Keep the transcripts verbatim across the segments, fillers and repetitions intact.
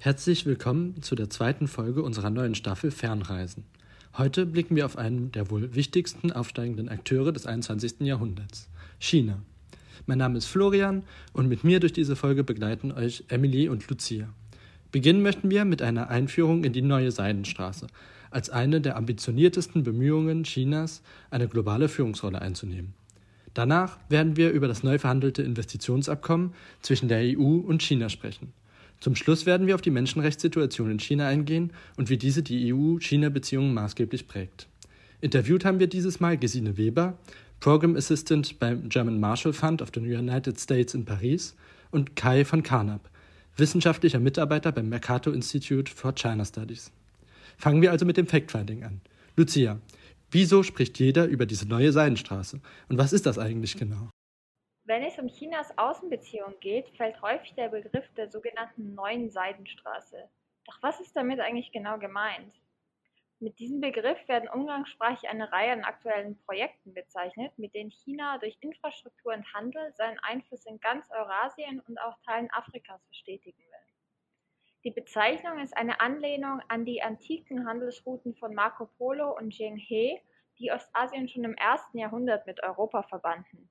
Herzlich willkommen zu der zweiten Folge unserer neuen Staffel Fernreisen. Heute blicken wir auf einen der wohl wichtigsten aufsteigenden Akteure des einundzwanzigsten Jahrhunderts, China. Mein Name ist Florian und mit mir durch diese Folge begleiten euch Emily und Lucia. Beginnen möchten wir mit einer Einführung in die neue Seidenstraße, als eine der ambitioniertesten Bemühungen Chinas, eine globale Führungsrolle einzunehmen. Danach werden wir über das neu verhandelte Investitionsabkommen zwischen der E U und China sprechen. Zum Schluss werden wir auf die Menschenrechtssituation in China eingehen und wie diese die E U-China-Beziehungen maßgeblich prägt. Interviewt haben wir dieses Mal Gesine Weber, Program Assistant beim German Marshall Fund of the United States in Paris, und Kai von Carnap, wissenschaftlicher Mitarbeiter beim Mercator Institute for China Studies. Fangen wir also mit dem Fact-Finding an. Lucia, wieso spricht jeder über diese neue Seidenstraße und was ist das eigentlich genau? Wenn es um Chinas Außenbeziehungen geht, fällt häufig der Begriff der sogenannten neuen Seidenstraße. Doch was ist damit eigentlich genau gemeint? Mit diesem Begriff werden umgangssprachlich eine Reihe an aktuellen Projekten bezeichnet, mit denen China durch Infrastruktur und Handel seinen Einfluss in ganz Eurasien und auch Teilen Afrikas verstetigen will. Die Bezeichnung ist eine Anlehnung an die antiken Handelsrouten von Marco Polo und Zheng He, die Ostasien schon im ersten Jahrhundert mit Europa verbanden.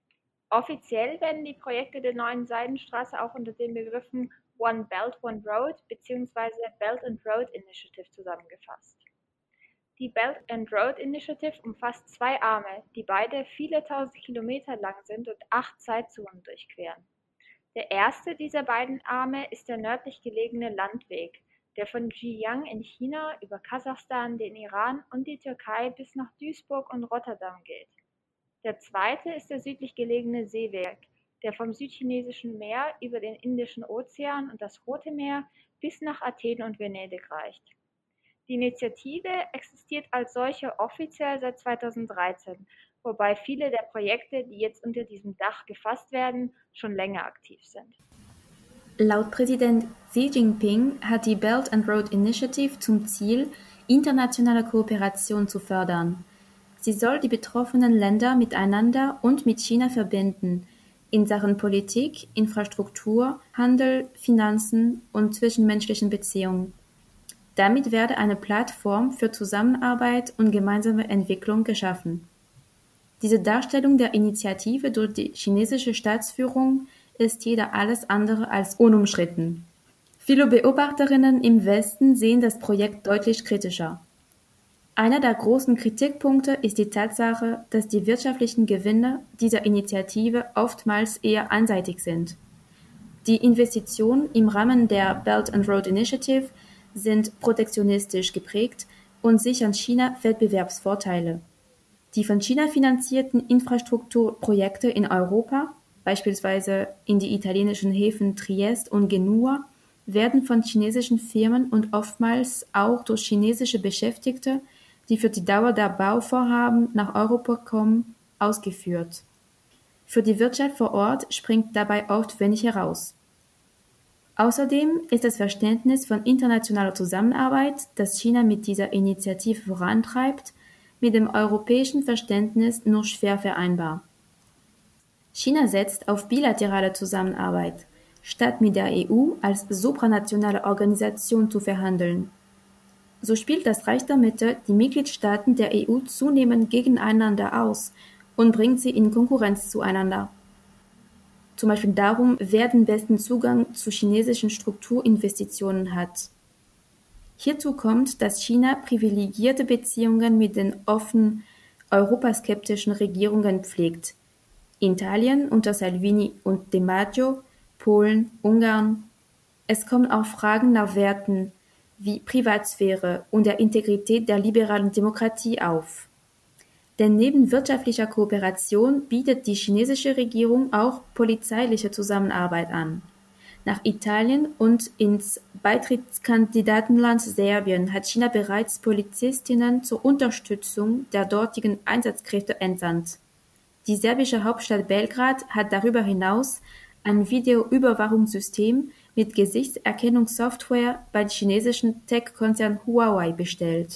Offiziell werden die Projekte der neuen Seidenstraße auch unter den Begriffen One Belt, One Road bzw. Belt and Road Initiative zusammengefasst. Die Belt and Road Initiative umfasst zwei Arme, die beide viele tausend Kilometer lang sind und acht Zeitzonen durchqueren. Der erste dieser beiden Arme ist der nördlich gelegene Landweg, der von Zhejiang in China über Kasachstan, den Iran und die Türkei bis nach Duisburg und Rotterdam geht. Der zweite ist der südlich gelegene Seeweg, der vom Südchinesischen Meer über den Indischen Ozean und das Rote Meer bis nach Athen und Venedig reicht. Die Initiative existiert als solche offiziell seit zweitausenddreizehn, wobei viele der Projekte, die jetzt unter diesem Dach gefasst werden, schon länger aktiv sind. Laut Präsident Xi Jinping hat die Belt and Road Initiative zum Ziel, internationale Kooperation zu fördern. Sie soll die betroffenen Länder miteinander und mit China verbinden, in Sachen Politik, Infrastruktur, Handel, Finanzen und zwischenmenschlichen Beziehungen. Damit werde eine Plattform für Zusammenarbeit und gemeinsame Entwicklung geschaffen. Diese Darstellung der Initiative durch die chinesische Staatsführung ist jedoch alles andere als unumstritten. Viele Beobachterinnen im Westen sehen das Projekt deutlich kritischer. Einer der großen Kritikpunkte ist die Tatsache, dass die wirtschaftlichen Gewinne dieser Initiative oftmals eher einseitig sind. Die Investitionen im Rahmen der Belt and Road Initiative sind protektionistisch geprägt und sichern China Wettbewerbsvorteile. Die von China finanzierten Infrastrukturprojekte in Europa, beispielsweise in die italienischen Häfen Triest und Genua, werden von chinesischen Firmen und oftmals auch durch chinesische Beschäftigte, die für die Dauer der Bauvorhaben nach Europa kommen, ausgeführt. Für die Wirtschaft vor Ort springt dabei oft wenig heraus. Außerdem ist das Verständnis von internationaler Zusammenarbeit, das China mit dieser Initiative vorantreibt, mit dem europäischen Verständnis nur schwer vereinbar. China setzt auf bilaterale Zusammenarbeit, statt mit der E U als supranationale Organisation zu verhandeln. So spielt das Reich der Mitte die Mitgliedstaaten der E U zunehmend gegeneinander aus und bringt sie in Konkurrenz zueinander. Zum Beispiel darum, wer den besten Zugang zu chinesischen Strukturinvestitionen hat. Hierzu kommt, dass China privilegierte Beziehungen mit den offen europaskeptischen Regierungen pflegt. Italien unter Salvini und Di Maggio, Polen, Ungarn. Es kommen auch Fragen nach Werten wie Privatsphäre und der Integrität der liberalen Demokratie auf. Denn neben wirtschaftlicher Kooperation bietet die chinesische Regierung auch polizeiliche Zusammenarbeit an. Nach Italien und ins Beitrittskandidatenland Serbien hat China bereits Polizistinnen zur Unterstützung der dortigen Einsatzkräfte entsandt. Die serbische Hauptstadt Belgrad hat darüber hinaus ein Videoüberwachungssystem mit Gesichtserkennungssoftware beim chinesischen Tech-Konzern Huawei bestellt.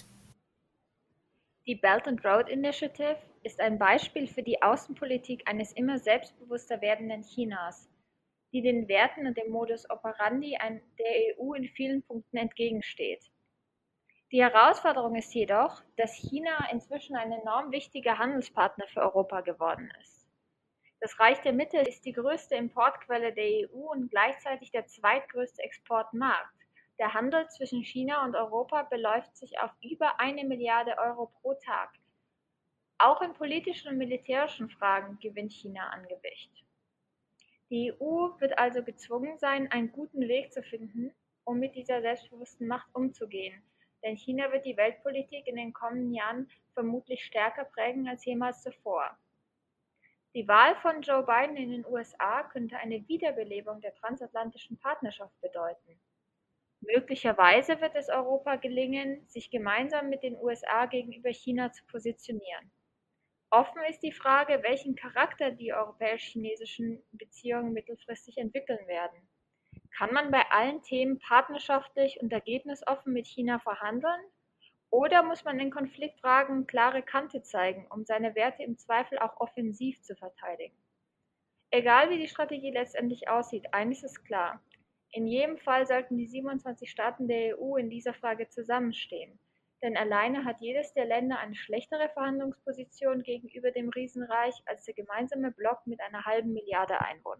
Die Belt and Road Initiative ist ein Beispiel für die Außenpolitik eines immer selbstbewusster werdenden Chinas. die den Werten und dem Modus operandi der E U in vielen Punkten entgegensteht. Die Herausforderung ist jedoch, dass China inzwischen ein enorm wichtiger Handelspartner für Europa geworden ist. Das Reich der Mitte ist die größte Importquelle der E U und gleichzeitig der zweitgrößte Exportmarkt. Der Handel zwischen China und Europa beläuft sich auf über eine Milliarde Euro pro Tag. Auch in politischen und militärischen Fragen gewinnt China an Gewicht. Die E U wird also gezwungen sein, einen guten Weg zu finden, um mit dieser selbstbewussten Macht umzugehen. Denn China wird die Weltpolitik in den kommenden Jahren vermutlich stärker prägen als jemals zuvor. Die Wahl von Joe Biden in den U S A könnte eine Wiederbelebung der transatlantischen Partnerschaft bedeuten. Möglicherweise wird es Europa gelingen, sich gemeinsam mit den U S A gegenüber China zu positionieren. Offen ist die Frage, welchen Charakter die europäisch-chinesischen Beziehungen mittelfristig entwickeln werden. Kann man bei allen Themen partnerschaftlich und ergebnisoffen mit China verhandeln? Oder muss man in Konfliktfragen klare Kante zeigen, um seine Werte im Zweifel auch offensiv zu verteidigen? Egal wie die Strategie letztendlich aussieht, eines ist klar. In jedem Fall sollten die siebenundzwanzig Staaten der E U in dieser Frage zusammenstehen. Denn alleine hat jedes der Länder eine schlechtere Verhandlungsposition gegenüber dem Riesenreich als der gemeinsame Block mit einer halben Milliarde Einwohner.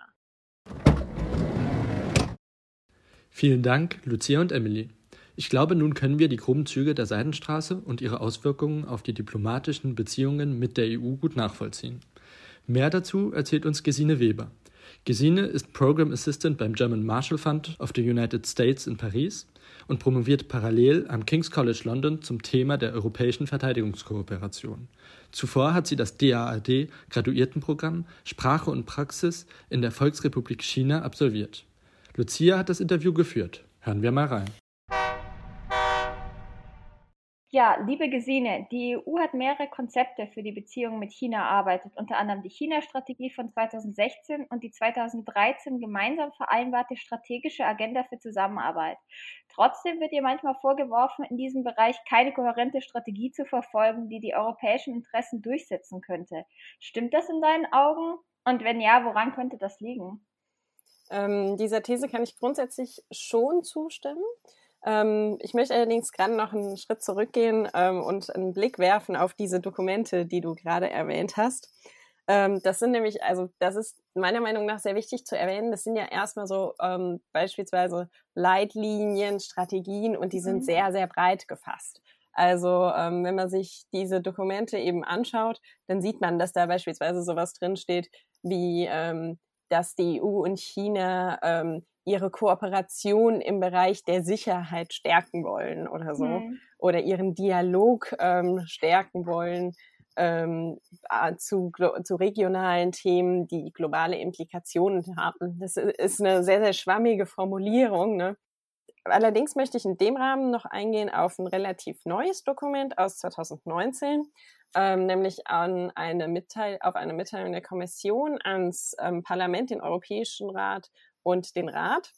Vielen Dank, Lucia und Emily. Ich glaube, nun können wir die groben Züge der Seidenstraße und ihre Auswirkungen auf die diplomatischen Beziehungen mit der E U gut nachvollziehen. Mehr dazu erzählt uns Gesine Weber. Gesine ist Program Assistant beim German Marshall Fund of the United States in Paris und promoviert parallel am King's College London zum Thema der europäischen Verteidigungskooperation. Zuvor hat sie das D A A D-Graduiertenprogramm Sprache und Praxis in der Volksrepublik China absolviert. Lucia hat das Interview geführt. Hören wir mal rein. Ja, liebe Gesine, die E U hat mehrere Konzepte für die Beziehungen mit China erarbeitet, unter anderem die China-Strategie von zweitausendsechzehn und die zweitausenddreizehn gemeinsam vereinbarte strategische Agenda für Zusammenarbeit. Trotzdem wird ihr manchmal vorgeworfen, in diesem Bereich keine kohärente Strategie zu verfolgen, die die europäischen Interessen durchsetzen könnte. Stimmt das in deinen Augen? Und wenn ja, woran könnte das liegen? Ähm, dieser These kann ich grundsätzlich schon zustimmen. Ähm, ich möchte allerdings gerade noch einen Schritt zurückgehen ähm, und einen Blick werfen auf diese Dokumente, die du gerade erwähnt hast. Ähm, das sind nämlich, also das ist meiner Meinung nach sehr wichtig zu erwähnen, das sind ja erstmal so ähm, beispielsweise Leitlinien, Strategien und die sind mhm. sehr, sehr breit gefasst. Also ähm, wenn man sich diese Dokumente eben anschaut, dann sieht man, dass da beispielsweise sowas drinsteht wie, ähm, dass die E U und China ähm, ihre Kooperation im Bereich der Sicherheit stärken wollen oder so. Mhm. Oder ihren Dialog ähm, stärken wollen ähm, zu, zu regionalen Themen, die globale Implikationen haben. Das ist eine sehr, sehr schwammige Formulierung, ne? Allerdings möchte ich in dem Rahmen noch eingehen auf ein relativ neues Dokument aus zweitausendneunzehn, ähm, nämlich an eine Mitteil- auf eine Mitteilung der Kommission ans ähm, Parlament, den Europäischen Rat und den Rat.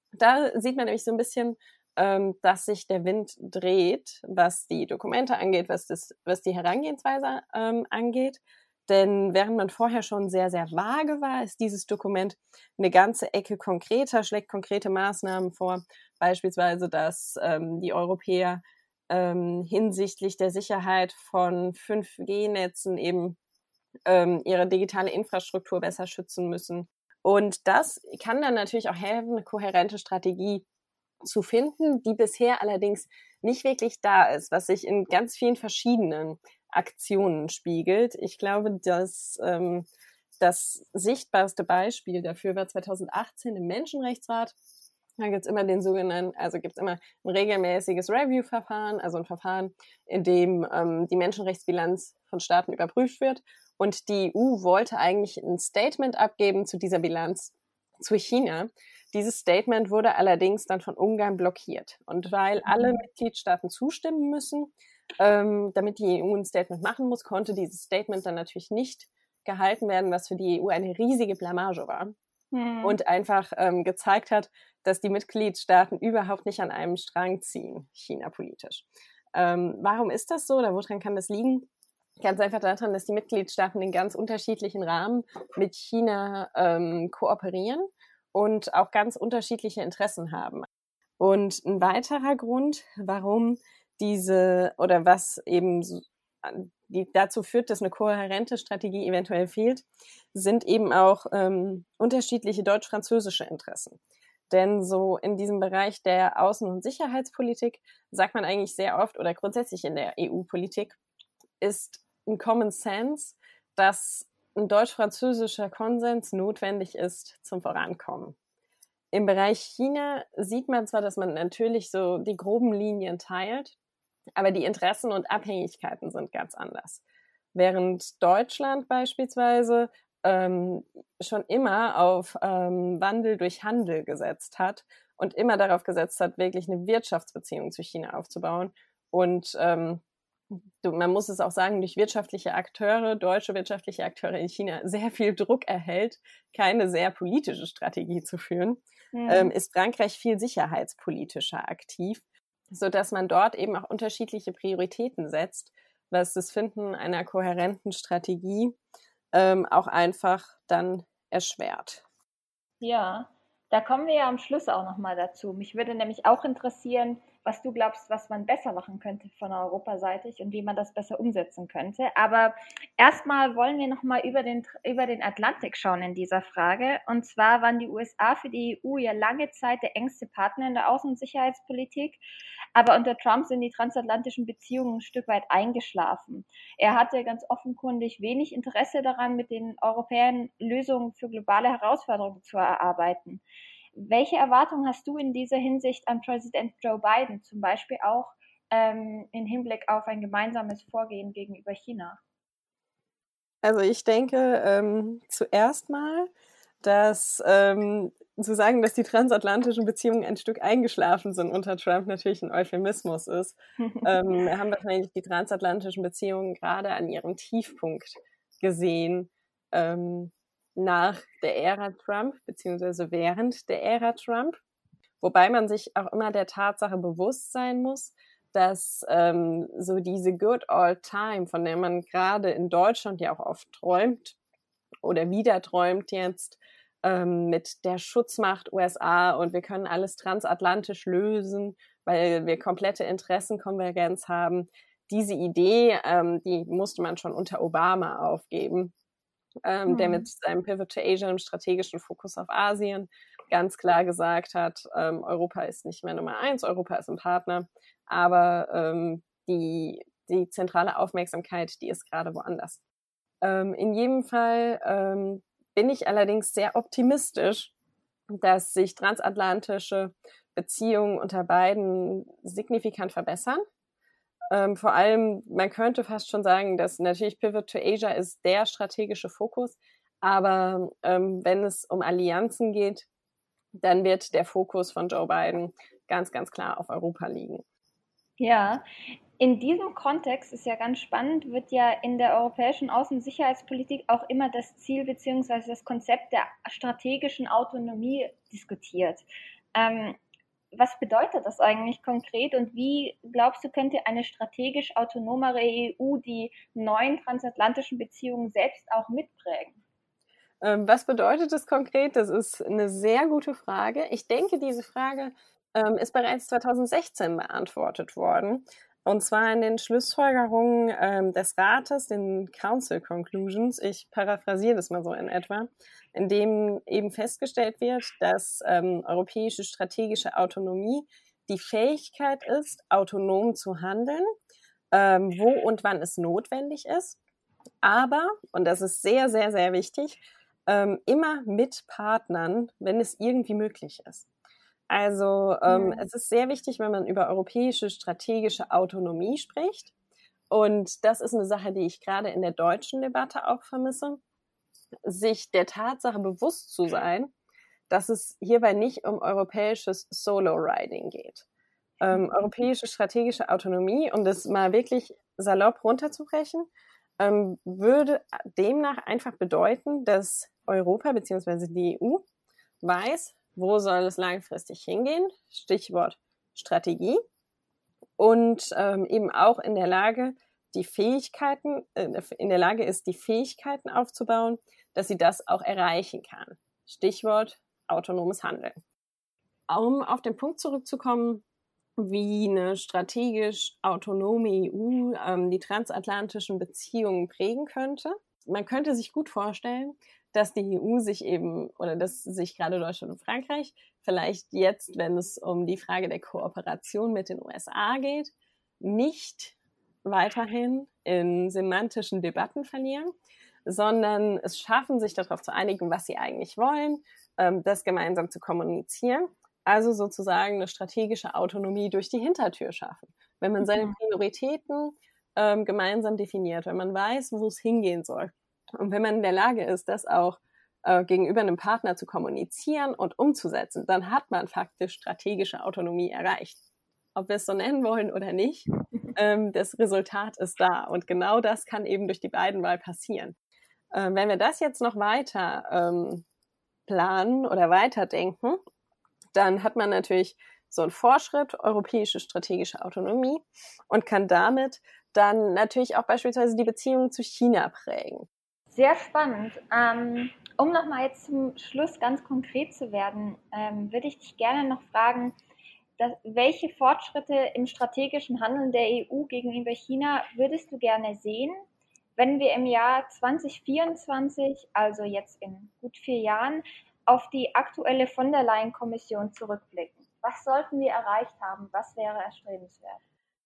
Da sieht man nämlich so ein bisschen, ähm, dass sich der Wind dreht, was die Dokumente angeht, was, das, was die Herangehensweise ähm, angeht. Denn während man vorher schon sehr, sehr vage war, ist dieses Dokument eine ganze Ecke konkreter, schlägt konkrete Maßnahmen vor. Beispielsweise, dass ähm, die Europäer ähm, hinsichtlich der Sicherheit von fünf G Netzen eben ähm, ihre digitale Infrastruktur besser schützen müssen. Und das kann dann natürlich auch helfen, eine kohärente Strategie zu finden, die bisher allerdings nicht wirklich da ist, was sich in ganz vielen verschiedenen Aktionen spiegelt. Ich glaube, dass ähm, das sichtbarste Beispiel dafür war zweitausendachtzehn im Menschenrechtsrat. Da gibt es immer den sogenannten, also gibt es immer ein regelmäßiges Review-Verfahren, also ein Verfahren, in dem ähm, die Menschenrechtsbilanz von Staaten überprüft wird. Und die E U wollte eigentlich ein Statement abgeben zu dieser Bilanz zu China. Dieses Statement wurde allerdings dann von Ungarn blockiert. Und weil alle Mitgliedstaaten zustimmen müssen, ähm, damit die E U ein Statement machen muss, konnte dieses Statement dann natürlich nicht gehalten werden, was für die E U eine riesige Blamage war. Hm. Und einfach ähm, gezeigt hat, dass die Mitgliedstaaten überhaupt nicht an einem Strang ziehen, China-politisch. Ähm, warum ist das so oder woran kann das liegen? Ganz einfach daran, dass die Mitgliedstaaten in ganz unterschiedlichen Rahmen mit China ähm, kooperieren und auch ganz unterschiedliche Interessen haben. Und ein weiterer Grund, warum diese oder was eben die dazu führt, dass eine kohärente Strategie eventuell fehlt, sind eben auch ähm, unterschiedliche deutsch-französische Interessen. Denn so in diesem Bereich der Außen- und Sicherheitspolitik sagt man eigentlich sehr oft oder grundsätzlich in der E U-Politik ist ein Common Sense, dass ein deutsch-französischer Konsens notwendig ist zum Vorankommen. Im Bereich China sieht man zwar, dass man natürlich so die groben Linien teilt, aber die Interessen und Abhängigkeiten sind ganz anders. Während Deutschland beispielsweise ähm, schon immer auf ähm, Wandel durch Handel gesetzt hat und immer darauf gesetzt hat, wirklich eine Wirtschaftsbeziehung zu China aufzubauen. Und ähm, man muss es auch sagen, durch wirtschaftliche Akteure, deutsche wirtschaftliche Akteure in China sehr viel Druck erhält, keine sehr politische Strategie zu führen, mhm. ähm, ist Frankreich viel sicherheitspolitischer aktiv, sodass man dort eben auch unterschiedliche Prioritäten setzt, was das Finden einer kohärenten Strategie ähm, auch einfach dann erschwert. Ja, da kommen wir ja am Schluss auch nochmal dazu. Mich würde nämlich auch interessieren, was du glaubst, was man besser machen könnte von europaseitig und wie man das besser umsetzen könnte. Aber erstmal wollen wir nochmal über den, über den Atlantik schauen in dieser Frage. Und zwar waren die U S A für die E U ja lange Zeit der engste Partner in der Außen- und Sicherheitspolitik. Aber unter Trump sind die transatlantischen Beziehungen ein Stück weit eingeschlafen. Er hatte ganz offenkundig wenig Interesse daran, mit den Europäern Lösungen für globale Herausforderungen zu erarbeiten. Welche Erwartungen hast du in dieser Hinsicht an Präsident Joe Biden, zum Beispiel auch ähm, im Hinblick auf ein gemeinsames Vorgehen gegenüber China? Also ich denke ähm, zuerst mal, dass ähm, zu sagen, dass die transatlantischen Beziehungen ein Stück eingeschlafen sind unter Trump natürlich ein Euphemismus ist. ähm, wir haben wahrscheinlich die transatlantischen Beziehungen gerade an ihrem Tiefpunkt gesehen, ähm, nach der Ära Trump, beziehungsweise während der Ära Trump. Wobei man sich auch immer der Tatsache bewusst sein muss, dass ähm, so diese Good Old Time, von der man gerade in Deutschland ja auch oft träumt oder wieder träumt jetzt, ähm, mit der Schutzmacht U S A und wir können alles transatlantisch lösen, weil wir komplette Interessenkonvergenz haben. Diese Idee, ähm, die musste man schon unter Obama aufgeben. Ähm, mhm. Der mit seinem Pivot to Asia, einem strategischen Fokus auf Asien, ganz klar gesagt hat, ähm, Europa ist nicht mehr Nummer eins, Europa ist ein Partner, aber ähm, die, die zentrale Aufmerksamkeit, die ist gerade woanders. Ähm, in jedem Fall ähm, bin ich allerdings sehr optimistisch, dass sich transatlantische Beziehungen unter beiden signifikant verbessern. Ähm, vor allem, man könnte fast schon sagen, dass natürlich Pivot to Asia ist der strategische Fokus, aber ähm, wenn es um Allianzen geht, dann wird der Fokus von Joe Biden ganz, ganz klar auf Europa liegen. Ja, in diesem Kontext ist ja ganz spannend, wird ja in der europäischen Außen- und Sicherheitspolitik auch immer das Ziel bzw. das Konzept der strategischen Autonomie diskutiert. Ähm, Was bedeutet das eigentlich konkret und wie, glaubst du, könnte eine strategisch autonomere E U die neuen transatlantischen Beziehungen selbst auch mitprägen? Ähm, was bedeutet das konkret? Das ist eine sehr gute Frage. Ich denke, diese Frage ähm, ist bereits zweitausendsechzehn beantwortet worden. Und zwar in den Schlussfolgerungen ähm, des Rates, den Council Conclusions. Ich paraphrasiere das mal so in etwa, in dem eben festgestellt wird, dass ähm, europäische strategische Autonomie die Fähigkeit ist, autonom zu handeln, ähm, wo und wann es notwendig ist. Aber, und das ist sehr, sehr, sehr wichtig, ähm, immer mit Partnern, wenn es irgendwie möglich ist. Also ähm, ja. Es ist sehr wichtig, wenn man über europäische strategische Autonomie spricht. Und das ist eine Sache, die ich gerade in der deutschen Debatte auch vermisse, sich der Tatsache bewusst zu sein, dass es hierbei nicht um europäisches Solo-Riding geht. Ähm, europäische strategische Autonomie, um das mal wirklich salopp runterzubrechen, ähm, würde demnach einfach bedeuten, dass Europa bzw. die E U weiß, wo soll es langfristig hingehen, Stichwort Strategie, und ähm, eben auch in der Lage, die Fähigkeiten, äh, in der Lage ist, die Fähigkeiten aufzubauen, dass sie das auch erreichen kann. Stichwort autonomes Handeln. Um auf den Punkt zurückzukommen, wie eine strategisch autonome E U ähm, die transatlantischen Beziehungen prägen könnte. Man könnte sich gut vorstellen, dass die E U sich eben, oder dass sich gerade Deutschland und Frankreich vielleicht jetzt, wenn es um die Frage der Kooperation mit den U S A geht, nicht weiterhin in semantischen Debatten verlieren, sondern es schaffen, sich darauf zu einigen, was sie eigentlich wollen, ähm, das gemeinsam zu kommunizieren. Also sozusagen eine strategische Autonomie durch die Hintertür schaffen. Wenn man seine Prioritäten ähm, gemeinsam definiert, wenn man weiß, wo es hingehen soll und wenn man in der Lage ist, das auch äh, gegenüber einem Partner zu kommunizieren und umzusetzen, dann hat man faktisch strategische Autonomie erreicht. Ob wir es so nennen wollen oder nicht, ähm, das Resultat ist da. Und genau das kann eben durch die beiden Wahl passieren. Ähm, wenn wir das jetzt noch weiter ähm, planen oder weiterdenken, dann hat man natürlich so einen Fortschritt, europäische strategische Autonomie und kann damit dann natürlich auch beispielsweise die Beziehungen zu China prägen. Sehr spannend. Ähm, um nochmal jetzt zum Schluss ganz konkret zu werden, ähm, würde ich dich gerne noch fragen, dass, welche Fortschritte im strategischen Handeln der E U gegenüber China würdest du gerne sehen, wenn wir im Jahr zwanzig vierundzwanzig, also jetzt in gut vier Jahren, auf die aktuelle von der Leyen-Kommission zurückblicken? Was sollten wir erreicht haben? Was wäre erstrebenswert?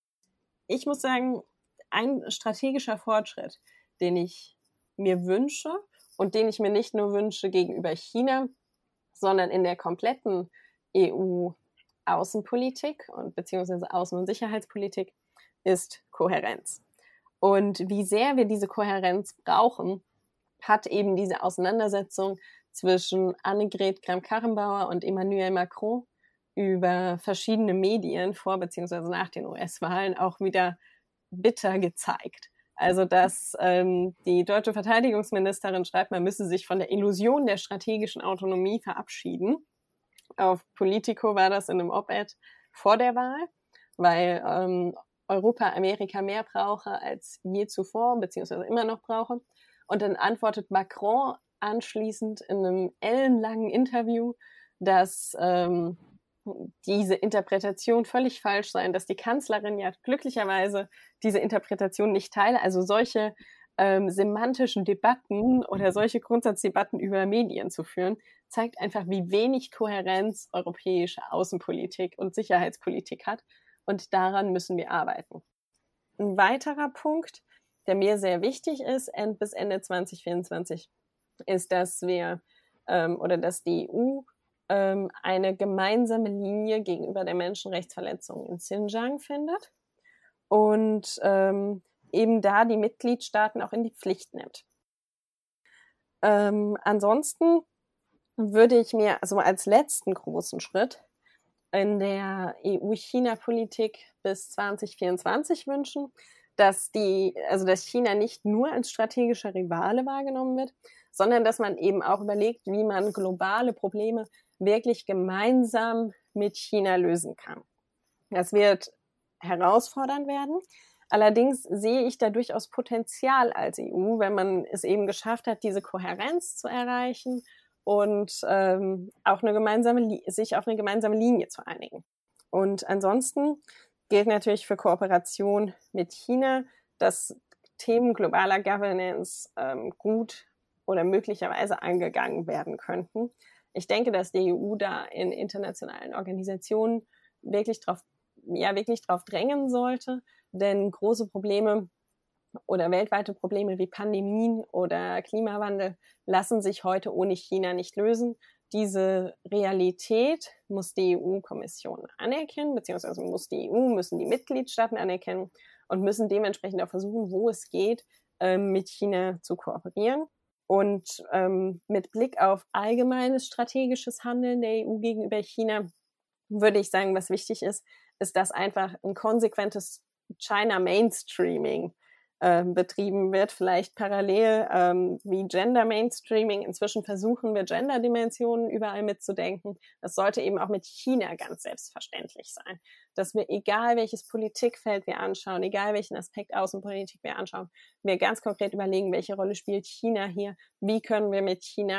Ich muss sagen, ein strategischer Fortschritt, den ich mir wünsche und den ich mir nicht nur wünsche gegenüber China, sondern in der kompletten E U-Außenpolitik und beziehungsweise Außen- und Sicherheitspolitik, ist Kohärenz. Und wie sehr wir diese Kohärenz brauchen, hat eben diese Auseinandersetzung zwischen Annegret Kramp-Karrenbauer und Emmanuel Macron über verschiedene Medien vor bzw. nach den U S-Wahlen auch wieder bitter gezeigt. Also dass ähm, die deutsche Verteidigungsministerin schreibt, man müsse sich von der Illusion der strategischen Autonomie verabschieden. Auf Politico war das in einem Op-Ed vor der Wahl, weil ähm, Europa Amerika mehr brauche als je zuvor, beziehungsweise immer noch brauche. Und dann antwortet Macron anschließend in einem ellenlangen Interview, dass ähm, diese Interpretation völlig falsch sei, dass die Kanzlerin ja glücklicherweise diese Interpretation nicht teile. Also solche ähm, semantischen Debatten oder solche Grundsatzdebatten über Medien zu führen, zeigt einfach, wie wenig Kohärenz europäische Außenpolitik und Sicherheitspolitik hat. Und daran müssen wir arbeiten. Ein weiterer Punkt, der mir sehr wichtig ist, bis Ende zwanzig vierundzwanzig, ist, dass wir ähm, oder dass die E U ähm, eine gemeinsame Linie gegenüber der Menschenrechtsverletzungen in Xinjiang findet und ähm, eben da die Mitgliedstaaten auch in die Pflicht nimmt. Ähm, ansonsten würde ich mir also als letzten großen Schritt in der E U-China-Politik bis zwanzig vierundzwanzig wünschen, dass die, also dass China nicht nur als strategischer Rivale wahrgenommen wird, sondern dass man eben auch überlegt, wie man globale Probleme wirklich gemeinsam mit China lösen kann. Das wird herausfordernd werden. Allerdings sehe ich da durchaus Potenzial als E U, wenn man es eben geschafft hat, diese Kohärenz zu erreichen und ähm, auch eine gemeinsame, sich auf eine gemeinsame Linie zu einigen. Und ansonsten gilt natürlich für Kooperation mit China, dass Themen globaler Governance ähm, gut oder möglicherweise angegangen werden könnten. Ich denke, dass die E U da in internationalen Organisationen wirklich drauf, ja, wirklich drauf drängen sollte, denn große Probleme oder weltweite Probleme wie Pandemien oder Klimawandel lassen sich heute ohne China nicht lösen. Diese Realität muss die E U-Kommission anerkennen, beziehungsweise muss die E U, müssen die Mitgliedstaaten anerkennen und müssen dementsprechend auch versuchen, wo es geht, ähm, mit China zu kooperieren. Und ähm, mit Blick auf allgemeines strategisches Handeln der E U gegenüber China würde ich sagen, was wichtig ist, ist, dass einfach ein konsequentes China-Mainstreaming äh, betrieben wird, vielleicht parallel ähm, wie Gender-Mainstreaming. Inzwischen versuchen wir, Gender-Dimensionen überall mitzudenken. Das sollte eben auch mit China ganz selbstverständlich sein, dass wir, egal welches Politikfeld wir anschauen, egal welchen Aspekt Außenpolitik wir anschauen, wir ganz konkret überlegen, welche Rolle spielt China hier, wie können wir mit China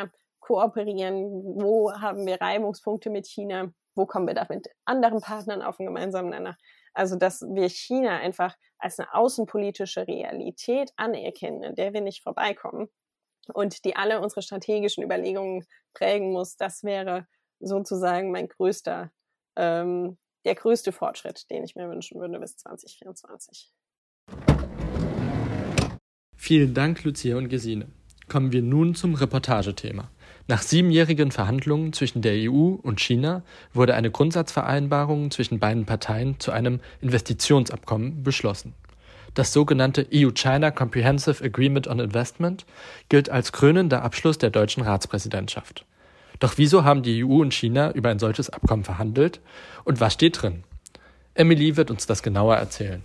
kooperieren, wo haben wir Reibungspunkte mit China, wo kommen wir da mit anderen Partnern auf einen gemeinsamen Nenner. Also dass wir China einfach als eine außenpolitische Realität anerkennen, in der wir nicht vorbeikommen und die alle unsere strategischen Überlegungen prägen muss, das wäre sozusagen mein größter, ähm, der größte Fortschritt, den ich mir wünschen würde bis zwanzig vierundzwanzig. Vielen Dank, Lucia und Gesine. Kommen wir nun zum Reportagethema. Nach siebenjährigen Verhandlungen zwischen der E U und China wurde eine Grundsatzvereinbarung zwischen beiden Parteien zu einem Investitionsabkommen beschlossen. Das sogenannte E U-China Comprehensive Agreement on Investment gilt als krönender Abschluss der deutschen Ratspräsidentschaft. Doch wieso haben die E U und China über ein solches Abkommen verhandelt und was steht drin? Emily wird uns das genauer erzählen.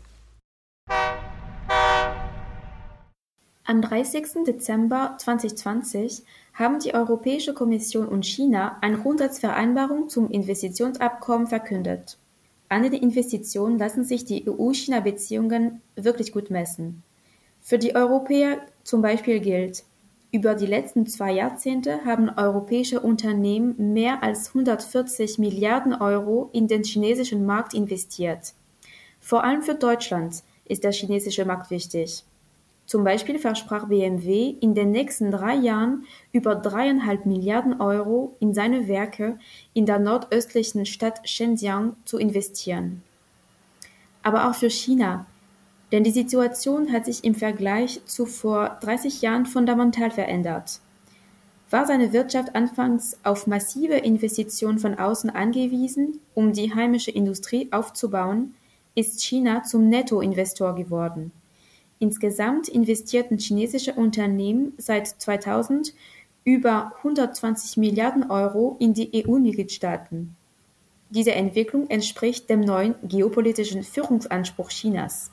Am dreißigsten Dezember zweitausendzwanzig haben die Europäische Kommission und China eine Grundsatzvereinbarung zum Investitionsabkommen verkündet. An den Investitionen lassen sich die E U-China-Beziehungen wirklich gut messen. Für die Europäer zum Beispiel gilt, über die letzten zwei Jahrzehnte haben europäische Unternehmen mehr als hundertvierzig Milliarden Euro in den chinesischen Markt investiert. Vor allem für Deutschland ist der chinesische Markt wichtig. Zum Beispiel versprach B M W in den nächsten drei Jahren über dreieinhalb Milliarden Euro in seine Werke in der nordöstlichen Stadt Shenzhen zu investieren. Aber auch für China, denn die Situation hat sich im Vergleich zu vor dreißig Jahren fundamental verändert. War seine Wirtschaft anfangs auf massive Investitionen von außen angewiesen, um die heimische Industrie aufzubauen, ist China zum Nettoinvestor geworden. Insgesamt investierten chinesische Unternehmen seit zweitausend über hundertzwanzig Milliarden Euro in die E U-Mitgliedstaaten. Diese Entwicklung entspricht dem neuen geopolitischen Führungsanspruch Chinas.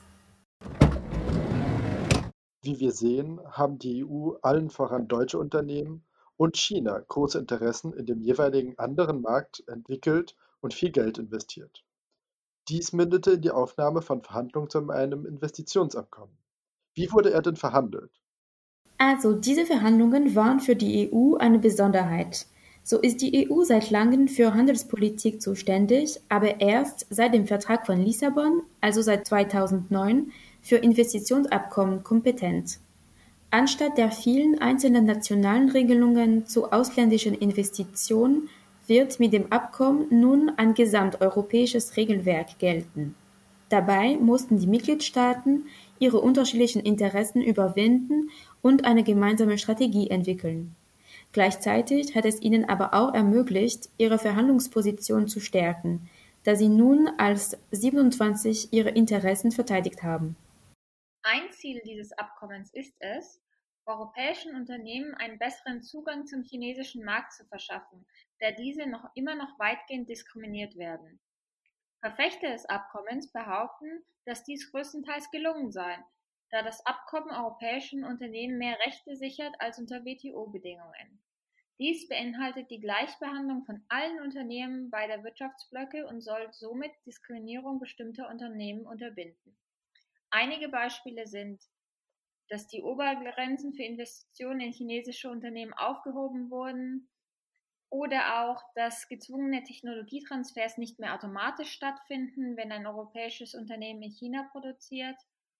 Wie wir sehen, haben die E U, allen voran deutsche Unternehmen, und China große Interessen in dem jeweiligen anderen Markt entwickelt und viel Geld investiert. Dies mündete in die Aufnahme von Verhandlungen zu einem Investitionsabkommen. Wie wurde er denn verhandelt? Also, diese Verhandlungen waren für die E U eine Besonderheit. So ist die E U seit langem für Handelspolitik zuständig, aber erst seit dem Vertrag von Lissabon, also seit zweitausendneun, für Investitionsabkommen kompetent. Anstatt der vielen einzelnen nationalen Regelungen zu ausländischen Investitionen wird mit dem Abkommen nun ein gesamteuropäisches Regelwerk gelten. Dabei mussten die Mitgliedstaaten ihre unterschiedlichen Interessen überwinden und eine gemeinsame Strategie entwickeln. Gleichzeitig hat es ihnen aber auch ermöglicht, ihre Verhandlungsposition zu stärken, da sie nun als siebenundzwanzig ihre Interessen verteidigt haben. Ein Ziel dieses Abkommens ist es, europäischen Unternehmen einen besseren Zugang zum chinesischen Markt zu verschaffen, da diese noch immer noch weitgehend diskriminiert werden. Verfechter des Abkommens behaupten, dass dies größtenteils gelungen sei, da das Abkommen europäischen Unternehmen mehr Rechte sichert als unter W T O-Bedingungen. Dies beinhaltet die Gleichbehandlung von allen Unternehmen beider Wirtschaftsblöcke und soll somit Diskriminierung bestimmter Unternehmen unterbinden. Einige Beispiele sind, dass die Obergrenzen für Investitionen in chinesische Unternehmen aufgehoben wurden oder auch, dass gezwungene Technologietransfers nicht mehr automatisch stattfinden, wenn ein europäisches Unternehmen in China produziert.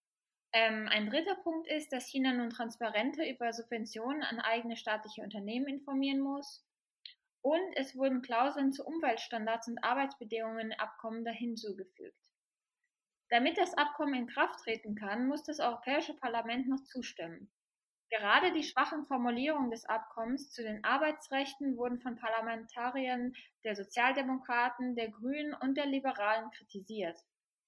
Ähm, ein dritter Punkt ist, dass China nun transparenter über Subventionen an eigene staatliche Unternehmen informieren muss. Und es wurden Klauseln zu Umweltstandards und Arbeitsbedingungen im Abkommen hinzugefügt. Damit das Abkommen in Kraft treten kann, muss das Europäische Parlament noch zustimmen. Gerade die schwachen Formulierungen des Abkommens zu den Arbeitsrechten wurden von Parlamentariern der Sozialdemokraten, der Grünen und der Liberalen kritisiert.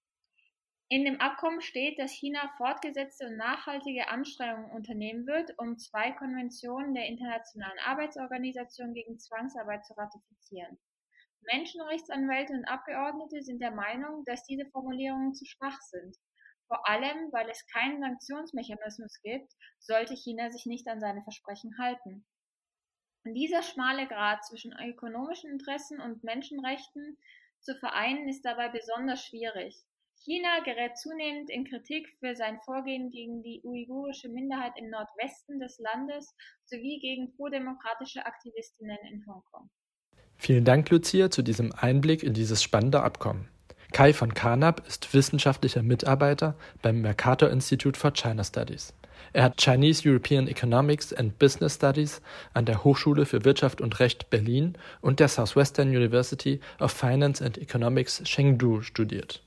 In dem Abkommen steht, dass China fortgesetzte und nachhaltige Anstrengungen unternehmen wird, um zwei Konventionen der Internationalen Arbeitsorganisation gegen Zwangsarbeit zu ratifizieren. Menschenrechtsanwälte und Abgeordnete sind der Meinung, dass diese Formulierungen zu schwach sind. Vor allem, weil es keinen Sanktionsmechanismus gibt, sollte China sich nicht an seine Versprechen halten. Und dieser schmale Grat zwischen ökonomischen Interessen und Menschenrechten zu vereinen, ist dabei besonders schwierig. China gerät zunehmend in Kritik für sein Vorgehen gegen die uigurische Minderheit im Nordwesten des Landes sowie gegen prodemokratische Aktivistinnen in Hongkong. Vielen Dank, Lucia, zu diesem Einblick in dieses spannende Abkommen. Kai von Carnap ist wissenschaftlicher Mitarbeiter beim Mercator Institute for China Studies. Er hat Chinese European Economics and Business Studies an der Hochschule für Wirtschaft und Recht Berlin und der Southwestern University of Finance and Economics Chengdu studiert.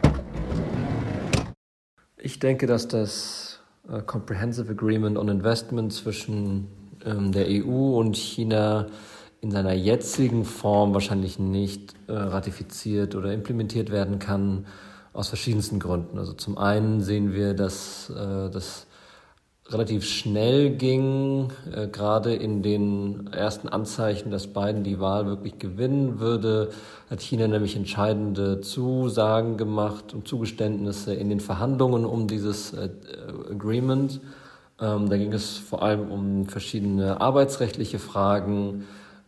Ich denke, dass das uh, Comprehensive Agreement on Investment zwischen ähm, der E U und China in seiner jetzigen Form wahrscheinlich nicht äh, ratifiziert oder implementiert werden kann, aus verschiedensten Gründen. Also zum einen sehen wir, dass äh, das relativ schnell ging, äh, gerade in den ersten Anzeichen, dass Biden die Wahl wirklich gewinnen würde, hat China nämlich entscheidende Zusagen gemacht und Zugeständnisse in den Verhandlungen um dieses äh, Agreement. Ähm, da ging es vor allem um verschiedene arbeitsrechtliche Fragen.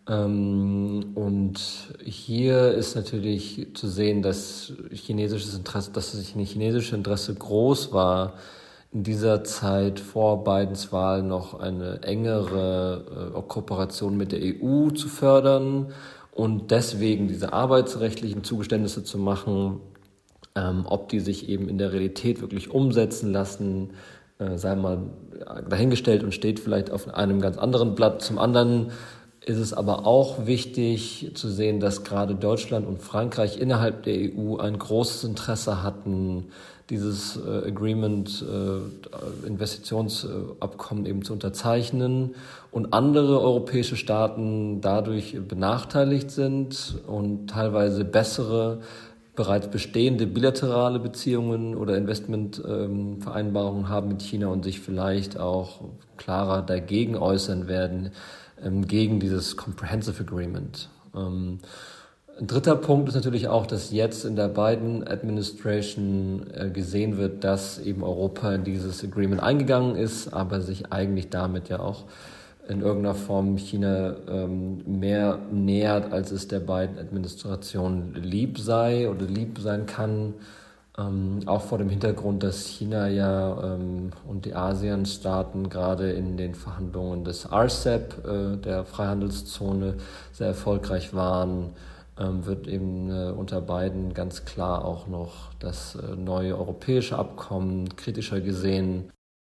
Ähm, und hier ist natürlich zu sehen, dass chinesisches Interesse, dass das chinesische Interesse groß war, in dieser Zeit vor Bidens Wahl noch eine engere äh, Kooperation mit der E U zu fördern und deswegen diese arbeitsrechtlichen Zugeständnisse zu machen. Ähm, ob die sich eben in der Realität wirklich umsetzen lassen, äh, sei mal dahingestellt und steht vielleicht auf einem ganz anderen Blatt. Zum anderen ist es aber auch wichtig zu sehen, dass gerade Deutschland und Frankreich innerhalb der E U ein großes Interesse hatten, dieses äh, Agreement, äh, Investitionsabkommen eben zu unterzeichnen und andere europäische Staaten dadurch benachteiligt sind und teilweise bessere, bereits bestehende bilaterale Beziehungen oder Investmentvereinbarungen ähm, haben mit China und sich vielleicht auch klarer dagegen äußern werden, ähm, gegen dieses Comprehensive Agreement. Ähm, Ein dritter Punkt ist natürlich auch, dass jetzt in der Biden-Administration äh, gesehen wird, dass eben Europa in dieses Agreement eingegangen ist, aber sich eigentlich damit ja auch in irgendeiner Form China ähm, mehr nähert, als es der Biden-Administration lieb sei oder lieb sein kann. Ähm, auch vor dem Hintergrund, dass China ja ähm, und die ASEAN-Staaten gerade in den Verhandlungen des R C E P, äh, der Freihandelszone, sehr erfolgreich waren, wird eben äh, unter Biden ganz klar auch noch das äh, neue europäische Abkommen kritischer gesehen.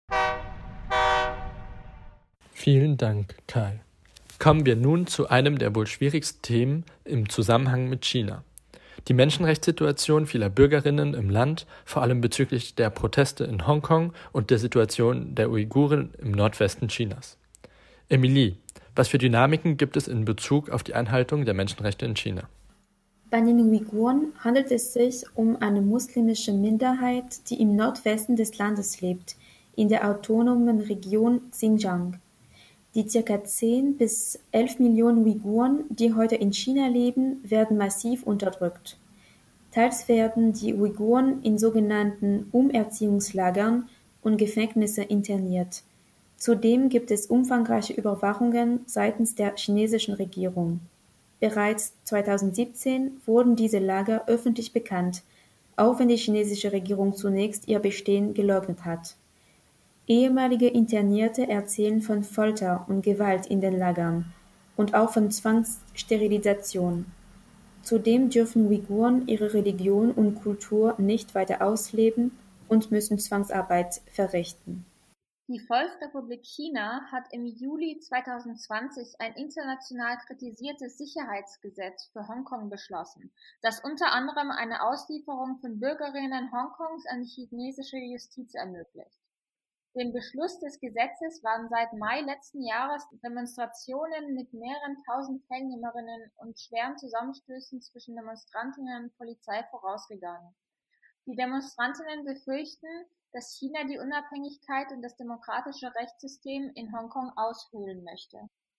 Vielen Dank, Kai. Kommen wir nun zu einem der wohl schwierigsten Themen im Zusammenhang mit China. Die Menschenrechtssituation vieler Bürgerinnen im Land, vor allem bezüglich der Proteste in Hongkong und der Situation der Uiguren im Nordwesten Chinas. Emilie, was für Dynamiken gibt es in Bezug auf die Einhaltung der Menschenrechte in China? Bei den Uiguren handelt es sich um eine muslimische Minderheit, die im Nordwesten des Landes lebt, in der autonomen Region Xinjiang. Die ca. zehn bis elf Millionen Uiguren, die heute in China leben, werden massiv unterdrückt. Teils werden die Uiguren in sogenannten Umerziehungslagern und Gefängnisse interniert. Zudem gibt es umfangreiche Überwachungen seitens der chinesischen Regierung. Bereits zweitausendsiebzehn wurden diese Lager öffentlich bekannt, auch wenn die chinesische Regierung zunächst ihr Bestehen geleugnet hat. Ehemalige Internierte erzählen von Folter und Gewalt in den Lagern und auch von Zwangssterilisation. Zudem dürfen Uiguren ihre Religion und Kultur nicht weiter ausleben und müssen Zwangsarbeit verrichten. Die Volksrepublik China hat im Juli zweitausendzwanzig ein international kritisiertes Sicherheitsgesetz für Hongkong beschlossen, das unter anderem eine Auslieferung von Bürgerinnen Hongkongs an die chinesische Justiz ermöglicht. Dem Beschluss des Gesetzes waren seit Mai letzten Jahres Demonstrationen mit mehreren tausend Teilnehmerinnen und schweren Zusammenstößen zwischen Demonstrantinnen und Polizei vorausgegangen. Die Demonstrantinnen befürchten, dass China die Unabhängigkeit und das demokratische Rechtssystem in Hongkong aushöhlen möchte.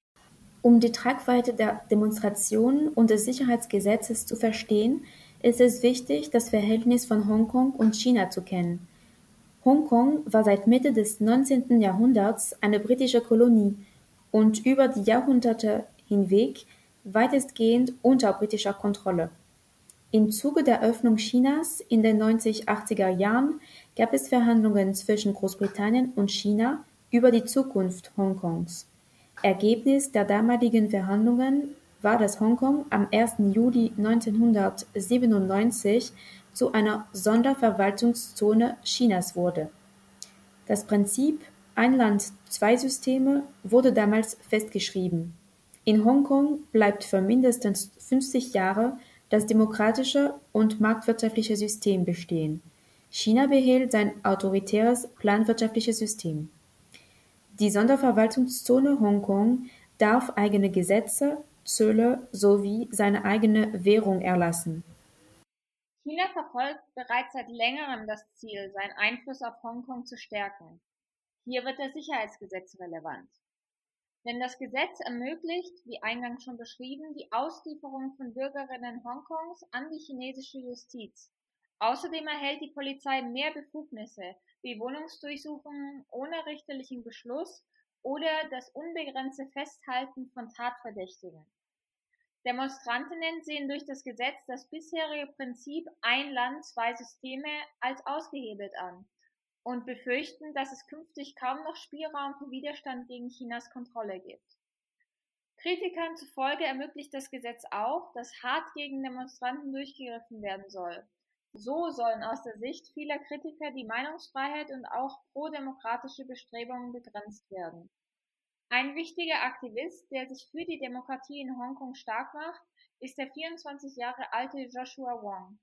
Um die Tragweite der Demonstrationen und des Sicherheitsgesetzes zu verstehen, ist es wichtig, das Verhältnis von Hongkong und China zu kennen. Hongkong war seit Mitte des neunzehnten Jahrhunderts eine britische Kolonie und über die Jahrhunderte hinweg weitestgehend unter britischer Kontrolle. Im Zuge der Öffnung Chinas in den neunzig-achtziger Jahren gab es Verhandlungen zwischen Großbritannien und China über die Zukunft Hongkongs. Ergebnis der damaligen Verhandlungen war, dass Hongkong am ersten Juli neunzehnhundertsiebenundneunzig zu einer Sonderverwaltungszone Chinas wurde. Das Prinzip Ein Land, zwei Systeme wurde damals festgeschrieben. In Hongkong bleibt für mindestens fünfzig Jahre das demokratische und marktwirtschaftliche System bestehen. China behält sein autoritäres planwirtschaftliches System. Die Sonderverwaltungszone Hongkong darf eigene Gesetze, Zölle sowie seine eigene Währung erlassen. China verfolgt bereits seit längerem das Ziel, seinen Einfluss auf Hongkong zu stärken. Hier wird das Sicherheitsgesetz relevant. Denn das Gesetz ermöglicht, wie eingangs schon beschrieben, die Auslieferung von Bürgerinnen Hongkongs an die chinesische Justiz. Außerdem erhält die Polizei mehr Befugnisse, wie Wohnungsdurchsuchungen ohne richterlichen Beschluss oder das unbegrenzte Festhalten von Tatverdächtigen. Demonstrantinnen sehen durch das Gesetz das bisherige Prinzip Ein Land, zwei Systeme als ausgehebelt an und befürchten, dass es künftig kaum noch Spielraum für Widerstand gegen Chinas Kontrolle gibt. Kritikern zufolge ermöglicht das Gesetz auch, dass hart gegen Demonstranten durchgegriffen werden soll. So sollen aus der Sicht vieler Kritiker die Meinungsfreiheit und auch prodemokratische Bestrebungen begrenzt werden. Ein wichtiger Aktivist, der sich für die Demokratie in Hongkong stark macht, ist der vierundzwanzig Jahre alte Joshua Wong.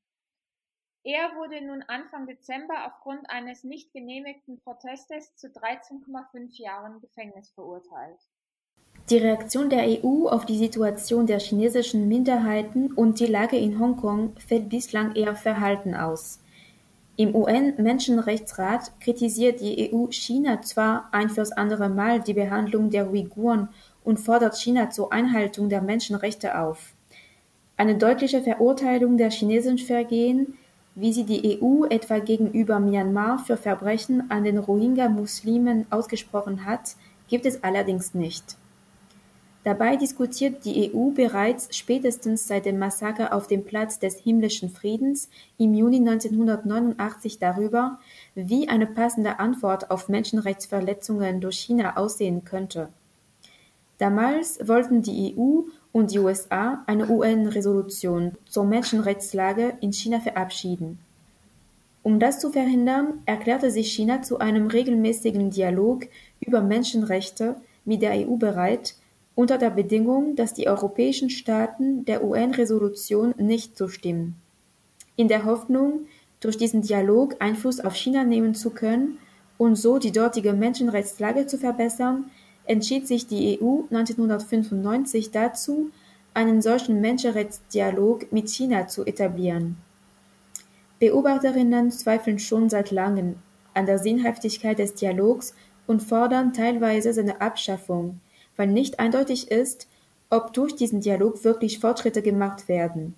Er wurde nun Anfang Dezember aufgrund eines nicht genehmigten Protestes zu dreizehn Komma fünf Jahren Gefängnis verurteilt. Die Reaktion der E U auf die Situation der chinesischen Minderheiten und die Lage in Hongkong fällt bislang eher verhalten aus. Im U N-Menschenrechtsrat kritisiert die E U China zwar ein fürs andere Mal die Behandlung der Uiguren und fordert China zur Einhaltung der Menschenrechte auf. Eine deutliche Verurteilung der chinesischen Vergehen, wie sie die E U etwa gegenüber Myanmar für Verbrechen an den Rohingya-Muslimen ausgesprochen hat, gibt es allerdings nicht. Dabei diskutiert die E U bereits spätestens seit dem Massaker auf dem Platz des Himmlischen Friedens im Juni neunzehnhundertneunundachtzig darüber, wie eine passende Antwort auf Menschenrechtsverletzungen durch China aussehen könnte. Damals wollten die E U und die U S A eine U N-Resolution zur Menschenrechtslage in China verabschieden. Um das zu verhindern, erklärte sich China zu einem regelmäßigen Dialog über Menschenrechte mit der E U bereit, unter der Bedingung, dass die europäischen Staaten der U N-Resolution nicht zustimmen. In der Hoffnung, durch diesen Dialog Einfluss auf China nehmen zu können und so die dortige Menschenrechtslage zu verbessern, entschied sich die E U neunzehnhundertfünfundneunzig dazu, einen solchen Menschenrechtsdialog mit China zu etablieren. Beobachterinnen zweifeln schon seit langem an der Sinnhaftigkeit des Dialogs und fordern teilweise seine Abschaffung, weil nicht eindeutig ist, ob durch diesen Dialog wirklich Fortschritte gemacht werden.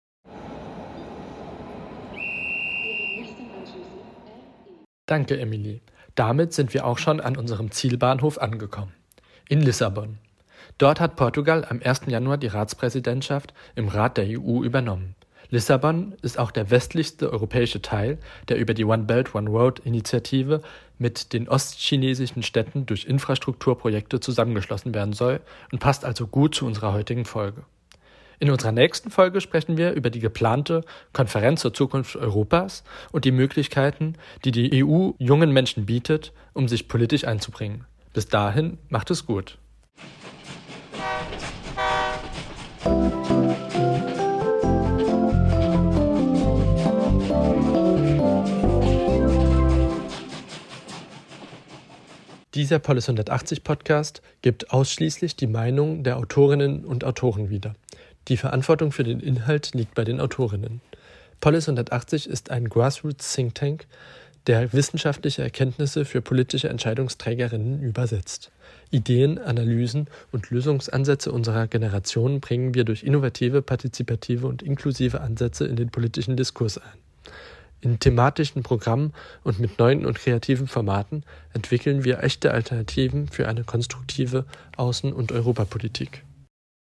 Danke, Emily. Damit sind wir auch schon an unserem Zielbahnhof angekommen. In Lissabon. Dort hat Portugal am ersten Januar die Ratspräsidentschaft im Rat der E U übernommen. Lissabon ist auch der westlichste europäische Teil, der über die One Belt One Road Initiative mit den ostchinesischen Städten durch Infrastrukturprojekte zusammengeschlossen werden soll und passt also gut zu unserer heutigen Folge. In unserer nächsten Folge sprechen wir über die geplante Konferenz zur Zukunft Europas und die Möglichkeiten, die die E U jungen Menschen bietet, um sich politisch einzubringen. Bis dahin, macht es gut. Dieser Polis hundertachtzig Podcast gibt ausschließlich die Meinung der Autorinnen und Autoren wieder. Die Verantwortung für den Inhalt liegt bei den Autorinnen. Polis hundertachtzig ist ein Grassroots Think Tank, der wissenschaftliche Erkenntnisse für politische Entscheidungsträgerinnen übersetzt. Ideen, Analysen und Lösungsansätze unserer Generation bringen wir durch innovative, partizipative und inklusive Ansätze in den politischen Diskurs ein. In thematischen Programmen und mit neuen und kreativen Formaten entwickeln wir echte Alternativen für eine konstruktive Außen- und Europapolitik.